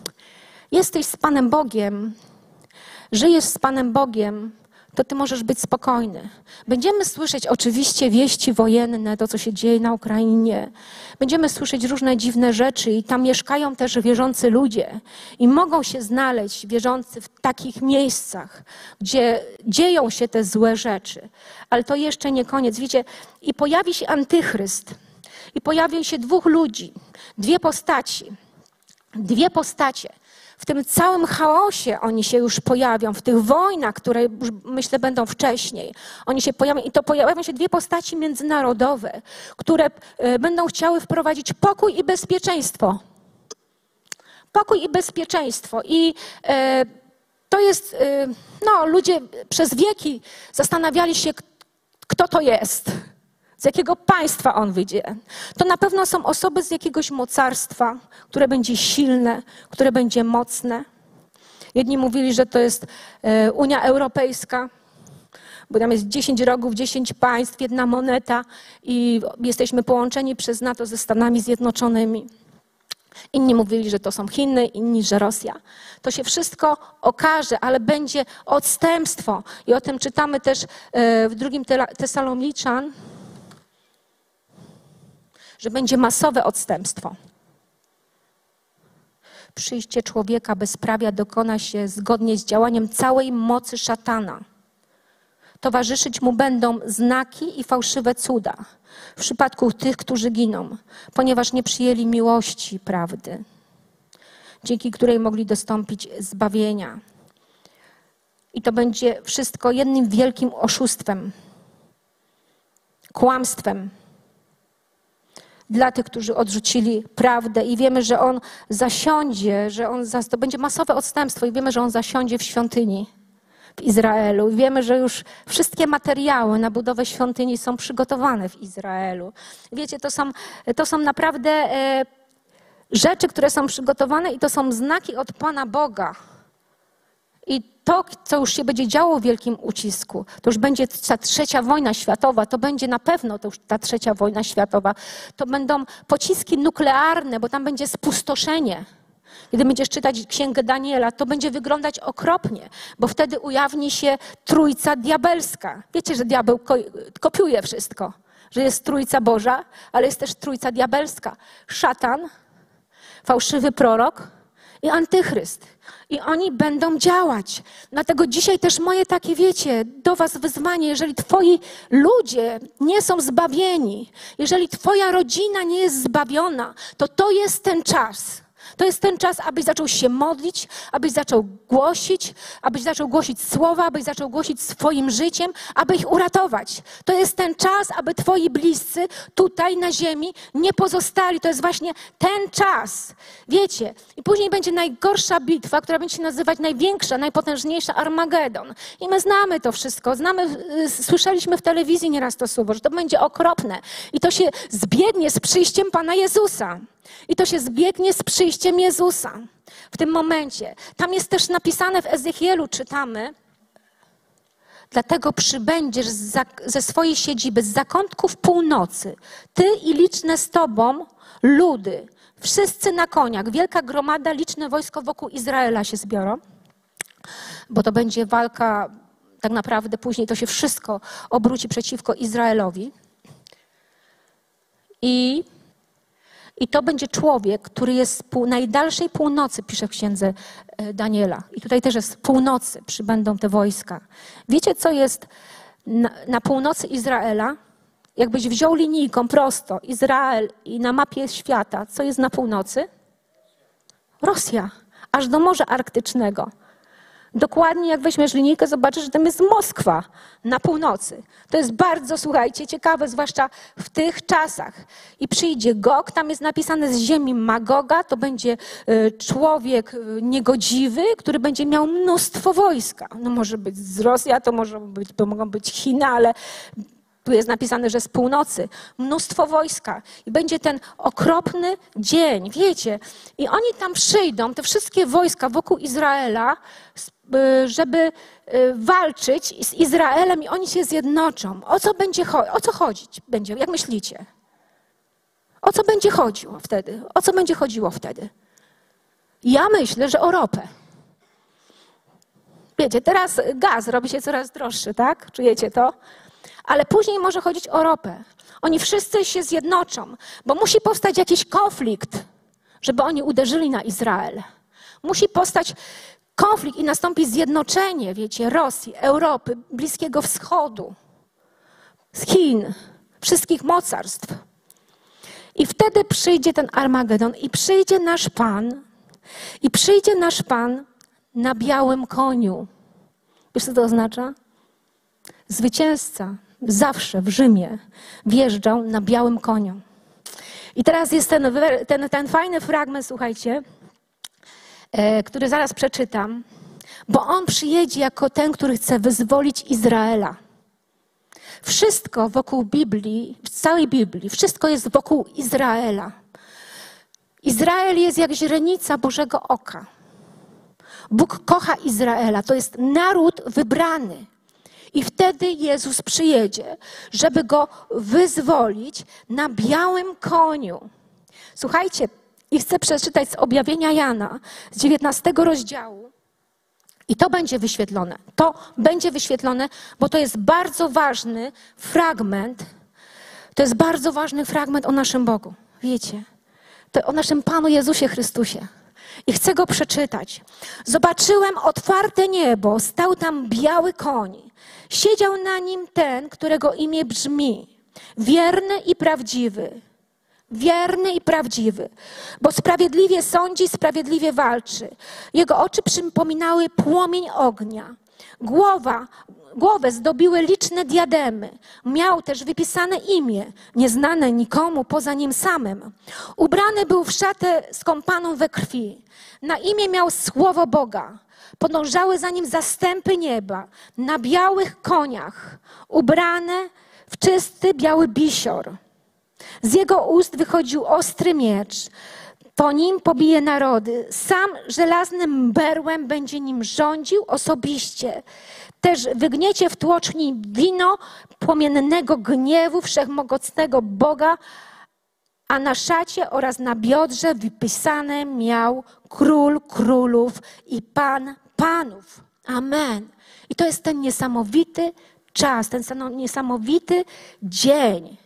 jesteś z Panem Bogiem, żyjesz z Panem Bogiem, to ty możesz być spokojny. Będziemy słyszeć oczywiście wieści wojenne, to co się dzieje na Ukrainie. Będziemy słyszeć różne dziwne rzeczy i tam mieszkają też wierzący ludzie. I mogą się znaleźć wierzący w takich miejscach, gdzie dzieją się te złe rzeczy. Ale to jeszcze nie koniec. Wiecie, i pojawi się antychryst. I pojawi się dwóch ludzi, dwie postaci. Dwie postacie. W tym całym chaosie oni się już pojawią, w tych wojnach, które już myślę będą wcześniej. Oni się pojawią i to pojawią się dwie postaci międzynarodowe, które będą chciały wprowadzić pokój i bezpieczeństwo. Pokój i bezpieczeństwo. I e, to jest, e, no ludzie przez wieki zastanawiali się, kto to jest. Z jakiego państwa on wyjdzie. To na pewno są osoby z jakiegoś mocarstwa, które będzie silne, które będzie mocne. Jedni mówili, że to jest Unia Europejska, bo tam jest dziesięć rogów, dziesięć państw, jedna moneta i jesteśmy połączeni przez NATO ze Stanami Zjednoczonymi. Inni mówili, że to są Chiny, inni, że Rosja. To się wszystko okaże, ale będzie odstępstwo. I o tym czytamy też w drugim Tesaloniczan, że będzie masowe odstępstwo. Przyjście człowieka bezprawia dokona się zgodnie z działaniem całej mocy szatana. Towarzyszyć mu będą znaki i fałszywe cuda w przypadku tych, którzy giną, ponieważ nie przyjęli miłości prawdy, dzięki której mogli dostąpić zbawienia. I to będzie wszystko jednym wielkim oszustwem, kłamstwem dla tych, którzy odrzucili prawdę i wiemy, że on zasiądzie, że on zas... to będzie masowe odstępstwo i wiemy, że on zasiądzie w świątyni w Izraelu. I wiemy, że już wszystkie materiały na budowę świątyni są przygotowane w Izraelu. Wiecie, to są, to są naprawdę e, rzeczy, które są przygotowane i to są znaki od Pana Boga. I to, co już się będzie działo w wielkim ucisku, to już będzie ta trzecia wojna światowa, to będzie na pewno to już ta trzecia wojna światowa. To będą pociski nuklearne, bo tam będzie spustoszenie. Kiedy będziesz czytać Księgę Daniela, to będzie wyglądać okropnie, bo wtedy ujawni się trójca diabelska. Wiecie, że diabeł kopiuje wszystko, że jest trójca Boża, ale jest też trójca diabelska. Szatan, fałszywy prorok i antychryst. I oni będą działać. Dlatego dzisiaj też moje takie, wiecie, do was wyzwanie, jeżeli twoi ludzie nie są zbawieni, jeżeli twoja rodzina nie jest zbawiona, to to jest ten czas. To jest ten czas, abyś zaczął się modlić, abyś zaczął głosić, abyś zaczął głosić słowa, abyś zaczął głosić swoim życiem, aby ich uratować. To jest ten czas, aby twoi bliscy tutaj na ziemi nie pozostali. To jest właśnie ten czas. Wiecie, i później będzie najgorsza bitwa, która będzie się nazywać największa, najpotężniejsza Armagedon. I my znamy to wszystko. Znamy, słyszeliśmy w telewizji nieraz to słowo, że to będzie okropne. I to się zbiegnie z przyjściem Pana Jezusa. I to się zbiegnie z przyjściem Jezusa w tym momencie. Tam jest też napisane w Ezechielu, czytamy, dlatego przybędziesz ze swojej siedziby, z zakątków północy, ty i liczne z tobą ludy, wszyscy na koniach, wielka gromada, liczne wojsko wokół Izraela się zbiorą, bo to będzie walka, tak naprawdę później to się wszystko obróci przeciwko Izraelowi. I I to będzie człowiek, który jest z pół, najdalszej północy, pisze w księdze Daniela. I tutaj też jest z północy przybędą te wojska. Wiecie, co jest na, na północy Izraela? Jakbyś wziął linijką prosto Izrael i na mapie świata, co jest na północy? Rosja, aż do Morza Arktycznego. Dokładnie jak weźmiesz linijkę, zobaczysz, że tam jest Moskwa na północy. To jest bardzo, słuchajcie, ciekawe, zwłaszcza w tych czasach. I przyjdzie Gog, tam jest napisane z ziemi Magoga, to będzie człowiek niegodziwy, który będzie miał mnóstwo wojska. No może być z Rosji, to, może być, to mogą być Chiny, ale tu jest napisane, że z północy. Mnóstwo wojska. I będzie ten okropny dzień, wiecie. I oni tam przyjdą, te wszystkie wojska wokół Izraela, żeby walczyć z Izraelem i oni się zjednoczą. O co będzie o co chodzić będzie? Jak myślicie? O co będzie chodziło wtedy? O co będzie chodziło wtedy? Ja myślę, że o ropę. Wiecie, teraz gaz robi się coraz droższy, tak? Czujecie to? Ale później może chodzić o ropę. Oni wszyscy się zjednoczą, bo musi powstać jakiś konflikt, żeby oni uderzyli na Izrael. Musi powstać konflikt i nastąpi zjednoczenie, wiecie, Rosji, Europy, Bliskiego Wschodu, z Chin, wszystkich mocarstw. I wtedy przyjdzie ten Armagedon i przyjdzie nasz Pan, i przyjdzie nasz Pan na białym koniu. Wiesz, co to oznacza? Zwycięzca zawsze w Rzymie wjeżdżał na białym koniu. I teraz jest ten, ten, ten fajny fragment, słuchajcie, e, który zaraz przeczytam, bo on przyjedzie jako ten, który chce wyzwolić Izraela. Wszystko wokół Biblii, w całej Biblii, wszystko jest wokół Izraela. Izrael jest jak źrenica Bożego oka. Bóg kocha Izraela, to jest naród wybrany. I wtedy Jezus przyjedzie, żeby go wyzwolić na białym koniu. Słuchajcie, i chcę przeczytać z objawienia Jana, z dziewiętnastego rozdziału. I to będzie wyświetlone. To będzie wyświetlone, bo to jest bardzo ważny fragment. To jest bardzo ważny fragment o naszym Bogu. Wiecie, to o naszym Panu Jezusie Chrystusie. I chcę go przeczytać. Zobaczyłem otwarte niebo, stał tam biały koń. Siedział na nim ten, którego imię brzmi wierny i prawdziwy. Wierny i prawdziwy, bo sprawiedliwie sądzi, sprawiedliwie walczy. Jego oczy przypominały płomień ognia. Głowa, głowę zdobiły liczne diademy. Miał też wypisane imię, nieznane nikomu poza nim samym. Ubrany był w szatę skąpaną we krwi. Na imię miał słowo Boga. Podążały za nim zastępy nieba, na białych koniach, ubrane w czysty biały bisior. Z jego ust wychodził ostry miecz, po nim pobije narody. Sam żelaznym berłem będzie nim rządził osobiście. Też wygniecie w tłoczni wino płomiennego gniewu wszechmogącego Boga, a na szacie oraz na biodrze wypisane miał Król Królów i Pan Panów. Amen. I to jest ten niesamowity czas, ten niesamowity dzień,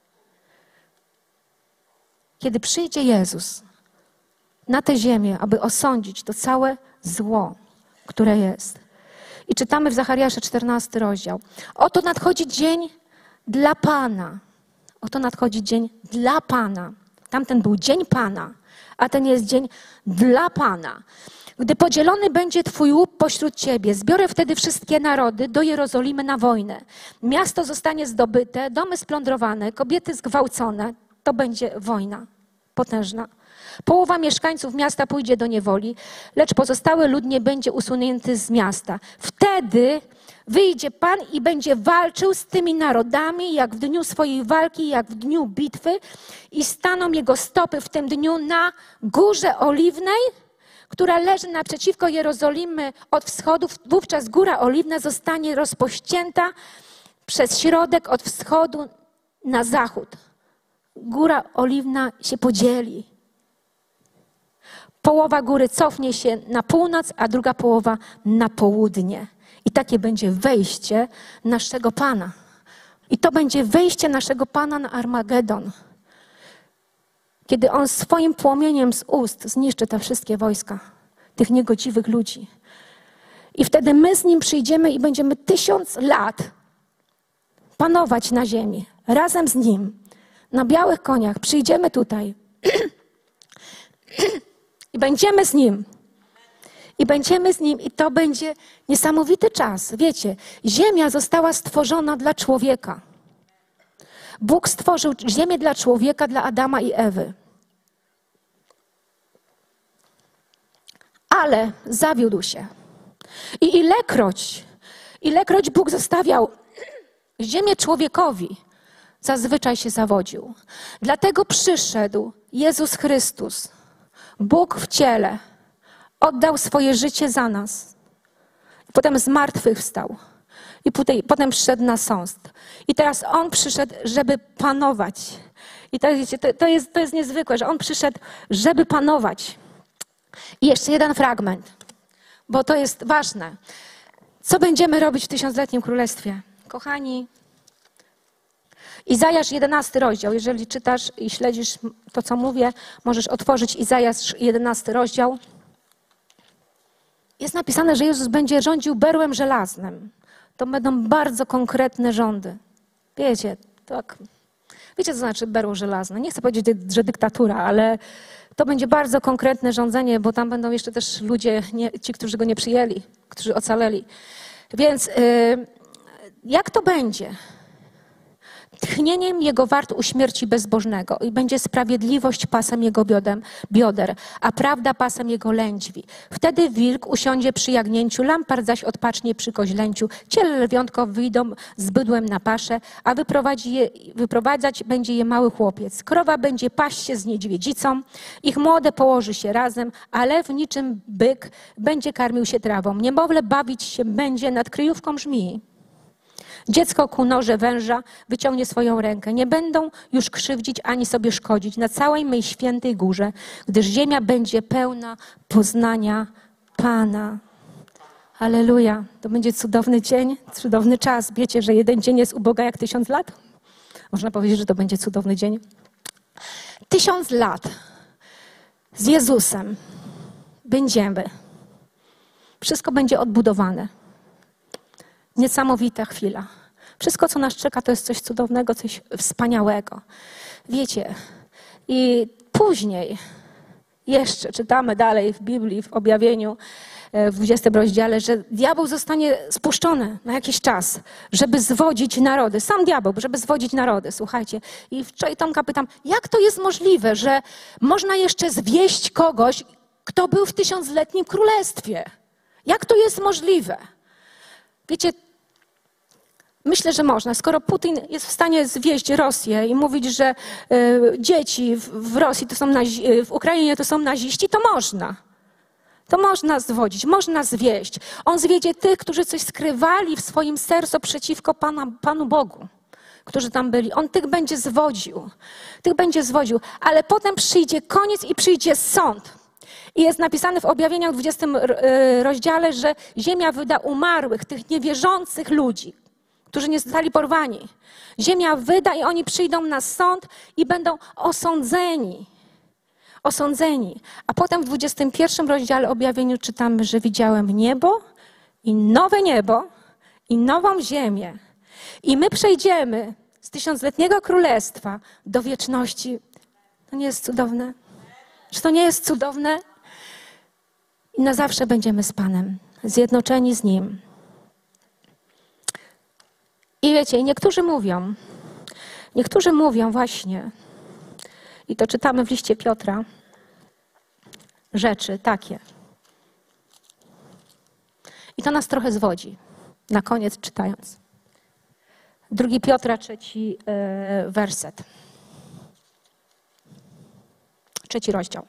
kiedy przyjdzie Jezus na tę ziemię, aby osądzić to całe zło, które jest. I czytamy w Zachariasza czternasty rozdział. Oto nadchodzi dzień dla Pana. Oto nadchodzi dzień dla Pana. Tamten był dzień Pana, a ten jest dzień dla Pana. Gdy podzielony będzie Twój łup pośród Ciebie, zbiorę wtedy wszystkie narody do Jerozolimy na wojnę. Miasto zostanie zdobyte, domy splądrowane, kobiety zgwałcone. To będzie wojna potężna. Połowa mieszkańców miasta pójdzie do niewoli, lecz pozostały lud nie będzie usunięty z miasta. Wtedy wyjdzie Pan i będzie walczył z tymi narodami, jak w dniu swojej walki, jak w dniu bitwy, i staną jego stopy w tym dniu na Górze Oliwnej, która leży naprzeciwko Jerozolimy od wschodu. Wówczas Góra Oliwna zostanie rozpościęta przez środek od wschodu na zachód. Góra Oliwna się podzieli. Połowa góry cofnie się na północ, a druga połowa na południe. I takie będzie wejście naszego Pana. I to będzie wejście naszego Pana na Armagedon. Kiedy On swoim płomieniem z ust zniszczy te wszystkie wojska, tych niegodziwych ludzi. I wtedy my z Nim przyjdziemy i będziemy tysiąc lat panować na ziemi. Razem z Nim. Na białych koniach przyjdziemy tutaj i będziemy z Nim. I będziemy z Nim i to będzie niesamowity czas. Wiecie, ziemia została stworzona dla człowieka. Bóg stworzył ziemię dla człowieka, dla Adama i Ewy. Ale zawiódł się. I ilekroć, ilekroć Bóg zostawiał ziemię człowiekowi, zazwyczaj się zawodził. Dlatego przyszedł Jezus Chrystus, Bóg w ciele, oddał swoje życie za nas. Potem z martwych wstał. I potem przyszedł na sąd. I teraz On przyszedł, żeby panować. I to, wiecie, to, to, jest, to jest niezwykłe, że On przyszedł, żeby panować. I jeszcze jeden fragment, bo to jest ważne. Co będziemy robić w tysiącletnim królestwie? Kochani, Izajasz jedenasty rozdział. Jeżeli czytasz i śledzisz to, co mówię, możesz otworzyć Izajasz jedenasty rozdział. Jest napisane, że Jezus będzie rządził berłem żelaznym. To będą bardzo konkretne rządy. Wiecie, tak. Wiecie, co znaczy berło żelazne? Nie chcę powiedzieć, że dyktatura, ale to będzie bardzo konkretne rządzenie, bo tam będą jeszcze też ludzie, nie, ci, którzy go nie przyjęli, którzy ocaleli. Więc yy, jak to będzie? Tchnieniem jego wart u śmierci bezbożnego i będzie sprawiedliwość pasem jego biodem, bioder, a prawda pasem jego lędźwi. Wtedy wilk usiądzie przy jagnięciu, lampart zaś odpocznie przy koźlęciu. Ciele lwiątko wyjdą z bydłem na paszę, a wyprowadzi je, wyprowadzać będzie je mały chłopiec. Krowa będzie paść się z niedźwiedzicą, ich młode położy się razem, a lew niczym byk będzie karmił się trawą. Niemowlę bawić się będzie nad kryjówką żmii. Dziecko ku noże węża wyciągnie swoją rękę. Nie będą już krzywdzić ani sobie szkodzić na całej mej świętej górze, gdyż ziemia będzie pełna poznania Pana. Halleluja. To będzie cudowny dzień, cudowny czas. Wiecie, że jeden dzień jest u Boga jak tysiąc lat? Można powiedzieć, że to będzie cudowny dzień. Tysiąc lat z Jezusem będziemy. Wszystko będzie odbudowane. Niesamowita chwila. Wszystko, co nas czeka, to jest coś cudownego, coś wspaniałego. Wiecie, i później jeszcze czytamy dalej w Biblii, w objawieniu, w dwudziestym rozdziale, że diabeł zostanie spuszczony na jakiś czas, żeby zwodzić narody. Sam diabeł, żeby zwodzić narody, słuchajcie. I wczoraj Tomka pytam, jak to jest możliwe, że można jeszcze zwieść kogoś, kto był w tysiącletnim królestwie? Jak to jest możliwe? Wiecie, myślę, że można. Skoro Putin jest w stanie zwieść Rosję i mówić, że y, dzieci w, w Rosji to są nazi- w Ukrainie to są naziści, to można. To można zwodzić, można zwieść. On zwiedzie tych, którzy coś skrywali w swoim sercu przeciwko Pana, Panu Bogu, którzy tam byli. On tych będzie zwodził. Tych będzie zwodził. Ale potem przyjdzie koniec i przyjdzie sąd. I jest napisane w objawieniach w dwudziestym rozdziale, że ziemia wyda umarłych, tych niewierzących ludzi, którzy nie zostali porwani. Ziemia wyda i oni przyjdą na sąd i będą osądzeni. Osądzeni. A potem w dwudziestym pierwszym rozdziale objawieniu czytamy, że widziałem niebo i nowe niebo i nową ziemię. I my przejdziemy z tysiącletniego królestwa do wieczności. To nie jest cudowne? Czy to nie jest cudowne? I na zawsze będziemy z Panem, zjednoczeni z Nim. I wiecie, niektórzy mówią, niektórzy mówią właśnie, i to czytamy w liście Piotra, rzeczy takie. I to nas trochę zwodzi, na koniec czytając. Drugi Piotra, trzeci yy, werset. Trzeci rozdział.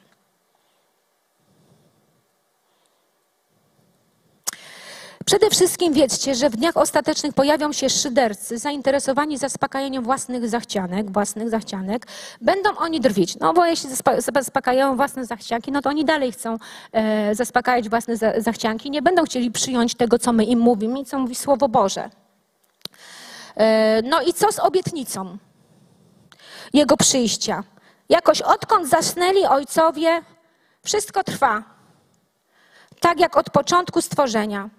Przede wszystkim wiedzcie, że w dniach ostatecznych pojawią się szydercy, zainteresowani zaspokajaniem własnych zachcianek, własnych zachcianek. Będą oni drwić. No bo jeśli zaspokajają własne zachcianki, no to oni dalej chcą e, zaspokajać własne za, zachcianki. Nie będą chcieli przyjąć tego, co my im mówimy i co mówi Słowo Boże. E, no i co z obietnicą Jego przyjścia? Jakoś odkąd zasnęli ojcowie, wszystko trwa. Tak jak od początku stworzenia.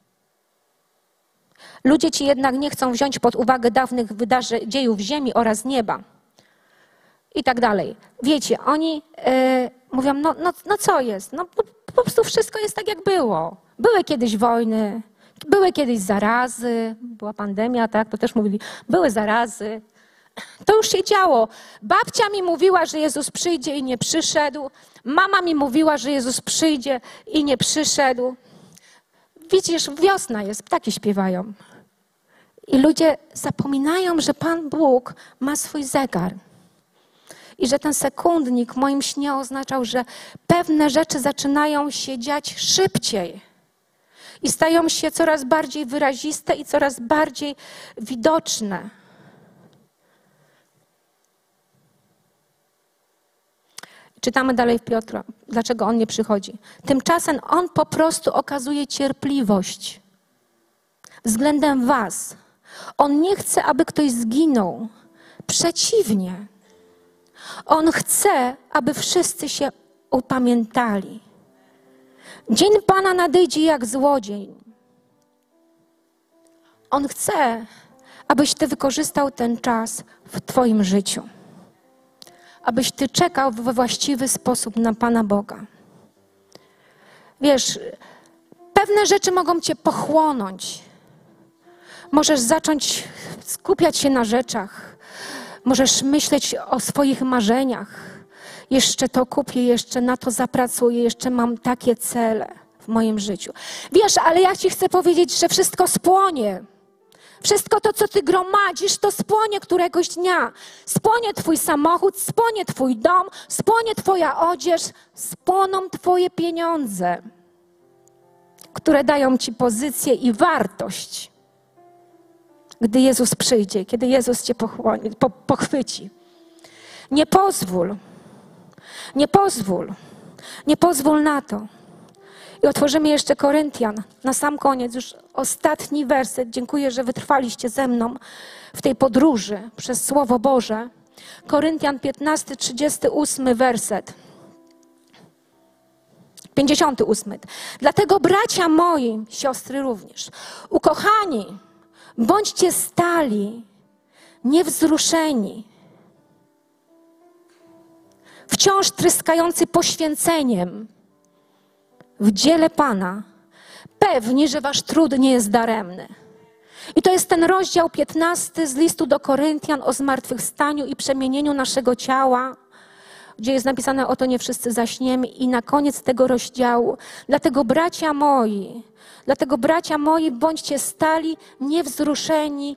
Ludzie ci jednak nie chcą wziąć pod uwagę dawnych wydarzeń, dziejów ziemi oraz nieba. I tak dalej. Wiecie, oni e, mówią, no, no, no co jest? No po, po prostu wszystko jest tak, jak było. Były kiedyś wojny, były kiedyś zarazy, była pandemia, tak, to też mówili, były zarazy. To już się działo. Babcia mi mówiła, że Jezus przyjdzie i nie przyszedł. Mama mi mówiła, że Jezus przyjdzie i nie przyszedł. Widzisz, wiosna jest, ptaki śpiewają. I ludzie zapominają, że Pan Bóg ma swój zegar. I że ten sekundnik w moim śnie oznaczał, że pewne rzeczy zaczynają się dziać szybciej. I stają się coraz bardziej wyraziste i coraz bardziej widoczne. Czytamy dalej w Piotra, dlaczego on nie przychodzi. Tymczasem on po prostu okazuje cierpliwość względem was. On nie chce, aby ktoś zginął. Przeciwnie. On chce, aby wszyscy się upamiętali. Dzień Pana nadejdzie jak złodziej. On chce, abyś ty wykorzystał ten czas w twoim życiu. Abyś ty czekał we właściwy sposób na Pana Boga. Wiesz, pewne rzeczy mogą cię pochłonąć. Możesz zacząć skupiać się na rzeczach. Możesz myśleć o swoich marzeniach. Jeszcze to kupię, jeszcze na to zapracuję, jeszcze mam takie cele w moim życiu. Wiesz, ale ja ci chcę powiedzieć, że wszystko spłonie. Wszystko to, co ty gromadzisz, to spłonie któregoś dnia. Spłonie twój samochód, spłonie twój dom, spłonie twoja odzież, spłoną twoje pieniądze, które dają ci pozycję i wartość. Gdy Jezus przyjdzie, kiedy Jezus cię pochłonie, po, pochwyci. Nie pozwól, nie pozwól, nie pozwól na to. I otworzymy jeszcze Koryntian, na sam koniec, już ostatni werset. Dziękuję, że wytrwaliście ze mną w tej podróży przez Słowo Boże. Koryntian piętnasty, trzydziesty ósmy werset. pięćdziesiąty ósmy. Dlatego bracia moi, siostry również, ukochani, bądźcie stali, niewzruszeni, wciąż tryskający poświęceniem w dziele Pana, pewni, że wasz trud nie jest daremny. I to jest ten rozdział piętnasty z listu do Koryntian o zmartwychwstaniu i przemienieniu naszego ciała, gdzie jest napisane, oto nie wszyscy zaśniemy, i na koniec tego rozdziału. Dlatego bracia moi, dlatego bracia moi, bądźcie stali, niewzruszeni,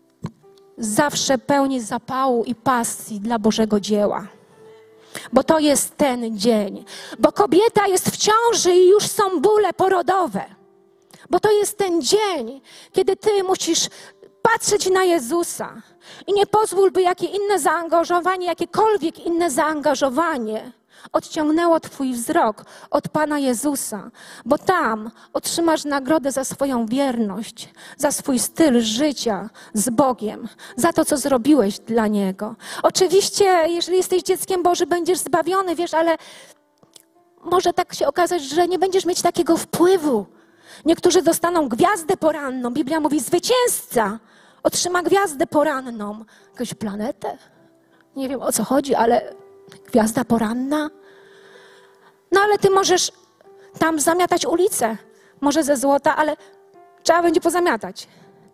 zawsze pełni zapału i pasji dla Bożego dzieła. Bo to jest ten dzień. Bo kobieta jest w ciąży i już są bóle porodowe. Bo to jest ten dzień, kiedy ty musisz patrzeć na Jezusa. I nie pozwól, by jakie inne zaangażowanie, jakiekolwiek inne zaangażowanie odciągnęło twój wzrok od Pana Jezusa. Bo tam otrzymasz nagrodę za swoją wierność, za swój styl życia z Bogiem, za to, co zrobiłeś dla Niego. Oczywiście, jeżeli jesteś dzieckiem Bożym, będziesz zbawiony, wiesz, ale może tak się okazać, że nie będziesz mieć takiego wpływu. Niektórzy dostaną gwiazdę poranną. Biblia mówi, zwycięzca otrzyma gwiazdę poranną. Jakąś planetę? Nie wiem, o co chodzi, ale gwiazda poranna? No ale ty możesz tam zamiatać ulicę. Może ze złota, ale trzeba będzie pozamiatać.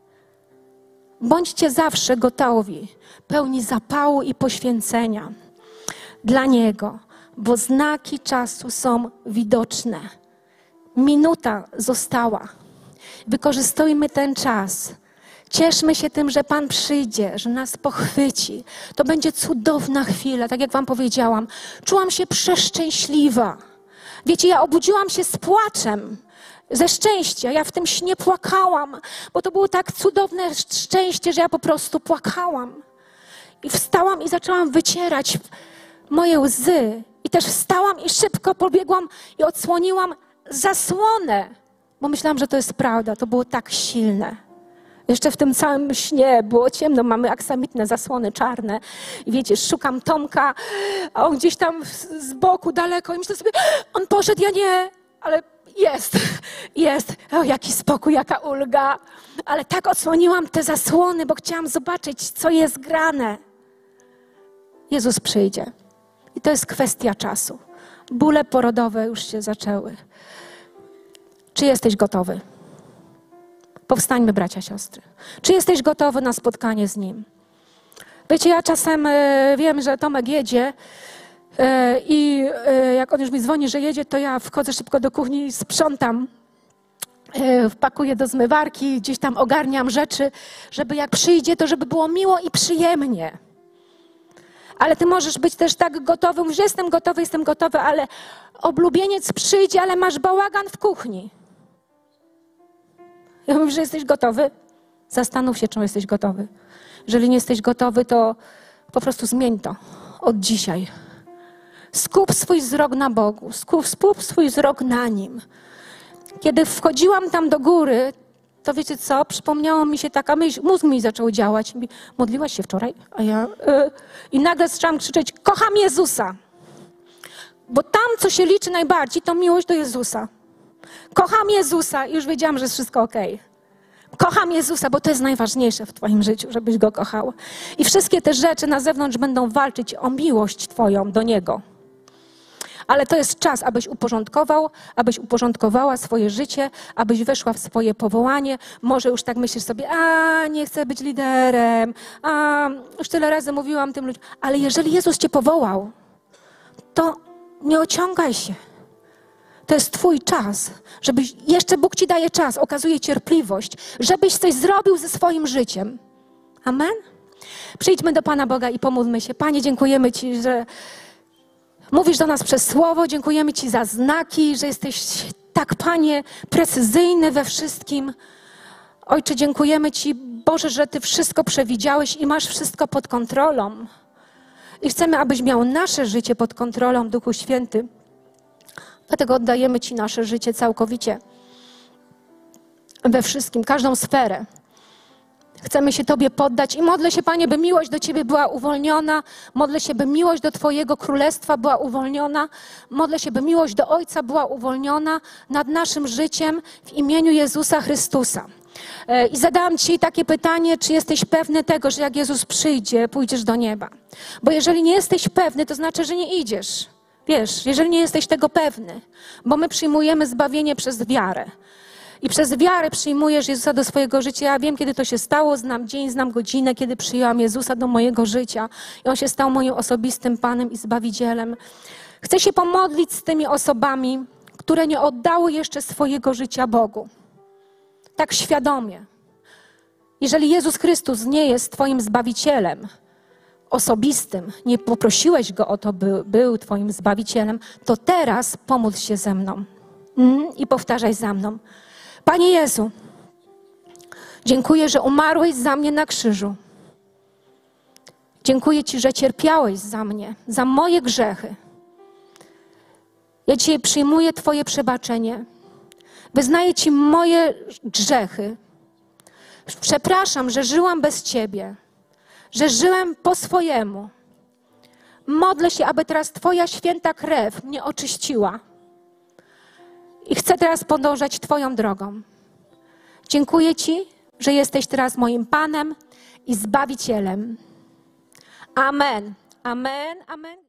Bądźcie zawsze gotowi, pełni zapału i poświęcenia dla Niego, bo znaki czasu są widoczne. Minuta została. Wykorzystujmy ten czas. Cieszmy się tym, że Pan przyjdzie, że nas pochwyci. To będzie cudowna chwila, tak jak wam powiedziałam. Czułam się przeszczęśliwa. Wiecie, ja obudziłam się z płaczem, ze szczęścia. Ja w tym śnie płakałam, bo to było tak cudowne szczęście, że ja po prostu płakałam. I wstałam i zaczęłam wycierać moje łzy. I też wstałam i szybko pobiegłam i odsłoniłam zasłonę, bo myślałam, że to jest prawda. To było tak silne. Jeszcze w tym całym śnie było ciemno, mamy aksamitne zasłony czarne. I wiecie, szukam Tomka, a on gdzieś tam z boku, daleko. I myślę sobie, on poszedł, ja nie, ale jest, jest. O, jaki spokój, jaka ulga. Ale tak odsłoniłam te zasłony, bo chciałam zobaczyć, co jest grane. Jezus przyjdzie. I to jest kwestia czasu. Bóle porodowe już się zaczęły. Czy jesteś gotowy? Powstańmy, bracia, siostry. Czy jesteś gotowy na spotkanie z Nim? Wiecie, ja czasem e, wiem, że Tomek jedzie e, i e, jak on już mi dzwoni, że jedzie, to ja wchodzę szybko do kuchni i sprzątam. E, wpakuję do zmywarki, gdzieś tam ogarniam rzeczy, żeby jak przyjdzie, to żeby było miło i przyjemnie. Ale ty możesz być też tak gotowy, mówisz, że jestem gotowy, jestem gotowy, ale oblubieniec przyjdzie, ale masz bałagan w kuchni. Ja mówię, że jesteś gotowy? Zastanów się, czy jesteś gotowy. Jeżeli nie jesteś gotowy, to po prostu zmień to od dzisiaj. Skup swój wzrok na Bogu, skup, skup swój wzrok na Nim. Kiedy wchodziłam tam do góry, to wiecie co, przypomniało mi się taka myśl, mózg mi zaczął działać. Modliłaś się wczoraj? A ja... Yy. I nagle zaczęłam krzyczeć, kocham Jezusa. Bo tam, co się liczy najbardziej, to miłość do Jezusa. Kocham Jezusa i już wiedziałam, że jest wszystko okej. Kocham Jezusa, bo to jest najważniejsze w twoim życiu, żebyś Go kochał. I wszystkie te rzeczy na zewnątrz będą walczyć o miłość twoją do Niego. Ale to jest czas, abyś uporządkował, abyś uporządkowała swoje życie, abyś weszła w swoje powołanie. Może już tak myślisz sobie, a nie chcę być liderem, a już tyle razy mówiłam tym ludziom. Ale jeżeli Jezus cię powołał, to nie ociągaj się. To jest twój czas, żebyś, jeszcze Bóg ci daje czas, okazuje cierpliwość, żebyś coś zrobił ze swoim życiem. Amen? Przyjdźmy do Pana Boga i pomódlmy się. Panie, dziękujemy Ci, że mówisz do nas przez Słowo, dziękujemy Ci za znaki, że jesteś tak, Panie, precyzyjny we wszystkim. Ojcze, dziękujemy Ci, Boże, że Ty wszystko przewidziałeś i masz wszystko pod kontrolą. I chcemy, abyś miał nasze życie pod kontrolą, Duchu Święty. Dlatego oddajemy Ci nasze życie całkowicie. We wszystkim, każdą sferę. Chcemy się Tobie poddać i modlę się, Panie, by miłość do Ciebie była uwolniona. Modlę się, by miłość do Twojego Królestwa była uwolniona. Modlę się, by miłość do Ojca była uwolniona nad naszym życiem w imieniu Jezusa Chrystusa. I zadałam Ci takie pytanie, czy jesteś pewny tego, że jak Jezus przyjdzie, pójdziesz do nieba? Bo jeżeli nie jesteś pewny, to znaczy, że nie idziesz. Wiesz, jeżeli nie jesteś tego pewny, bo my przyjmujemy zbawienie przez wiarę. I przez wiarę przyjmujesz Jezusa do swojego życia. Ja wiem, kiedy to się stało, znam dzień, znam godzinę, kiedy przyjęłam Jezusa do mojego życia. I On się stał moim osobistym Panem i Zbawicielem. Chcę się pomodlić z tymi osobami, które nie oddały jeszcze swojego życia Bogu. Tak świadomie. Jeżeli Jezus Chrystus nie jest Twoim Zbawicielem osobistym, nie poprosiłeś Go o to, by był Twoim Zbawicielem, to teraz pomódl się ze mną. Mm, I powtarzaj za mną. Panie Jezu, dziękuję, że umarłeś za mnie na krzyżu. Dziękuję Ci, że cierpiałeś za mnie, za moje grzechy. Ja dzisiaj przyjmuję Twoje przebaczenie. Wyznaję Ci moje grzechy. Przepraszam, że żyłam bez Ciebie, że żyłem po swojemu. Modlę się, aby teraz Twoja święta krew mnie oczyściła. I chcę teraz podążać Twoją drogą. Dziękuję Ci, że jesteś teraz moim Panem i Zbawicielem. Amen. Amen. Amen.